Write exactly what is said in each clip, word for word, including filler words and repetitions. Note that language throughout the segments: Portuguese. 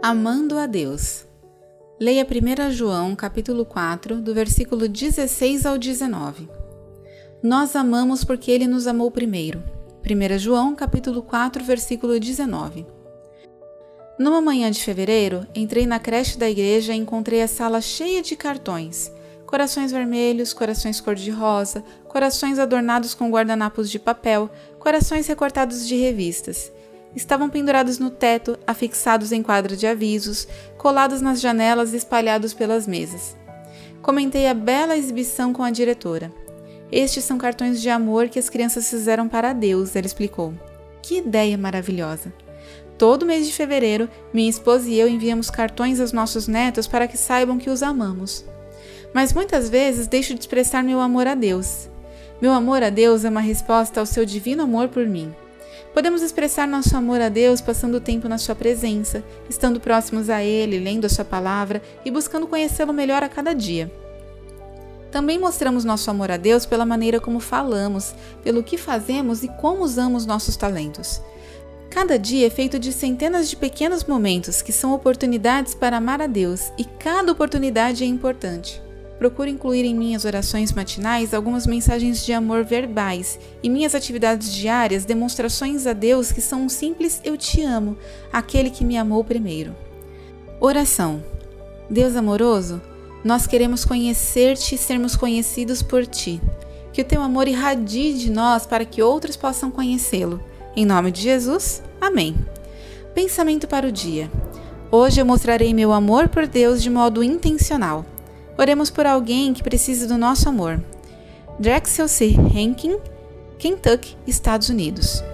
Amando a Deus. Leia primeiro João, capítulo quatro, do versículo dezesseis ao dezenove. Nós amamos porque Ele nos amou primeiro. primeiro João, capítulo quatro, versículo dezenove. Numa manhã de fevereiro, entrei na creche da igreja e encontrei a sala cheia de cartões. Corações vermelhos, corações cor-de-rosa, corações adornados com guardanapos de papel, corações recortados de revistas. Estavam pendurados no teto, afixados em quadro de avisos, colados nas janelas e espalhados pelas mesas. Comentei a bela exibição com a diretora. Estes são cartões de amor que as crianças fizeram para Deus, ela explicou. Que ideia maravilhosa! Todo mês de fevereiro, minha esposa e eu enviamos cartões aos nossos netos para que saibam que os amamos. Mas muitas vezes deixo de expressar meu amor a Deus. Meu amor a Deus é uma resposta ao seu divino amor por mim. Podemos expressar nosso amor a Deus passando tempo na sua presença, estando próximos a Ele, lendo a sua palavra e buscando conhecê-lo melhor a cada dia. Também mostramos nosso amor a Deus pela maneira como falamos, pelo que fazemos e como usamos nossos talentos. Cada dia é feito de centenas de pequenos momentos que são oportunidades para amar a Deus, e cada oportunidade é importante. Procuro incluir em minhas orações matinais algumas mensagens de amor verbais e minhas atividades diárias demonstrações a Deus que são um simples eu te amo, aquele que me amou primeiro. Oração. Deus amoroso, nós queremos conhecer-te e sermos conhecidos por ti. Que o teu amor irradie de nós para que outros possam conhecê-lo. Em nome de Jesus, amém. Pensamento para o dia. Hoje eu mostrarei meu amor por Deus de modo intencional. Oremos por alguém que precisa do nosso amor. Drexel C. Rankin, Kentucky, Estados Unidos.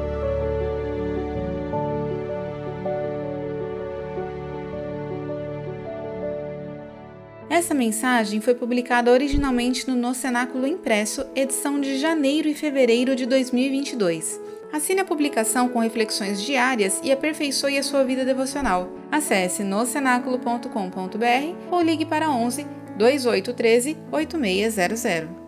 Essa mensagem foi publicada originalmente no No Cenáculo Impresso, edição de janeiro e fevereiro de dois mil e vinte e dois. Assine a publicação com reflexões diárias e aperfeiçoe a sua vida devocional. Acesse no cenáculo ponto com ponto b r ou ligue para onze, dois oito um três, oito seis zero zero.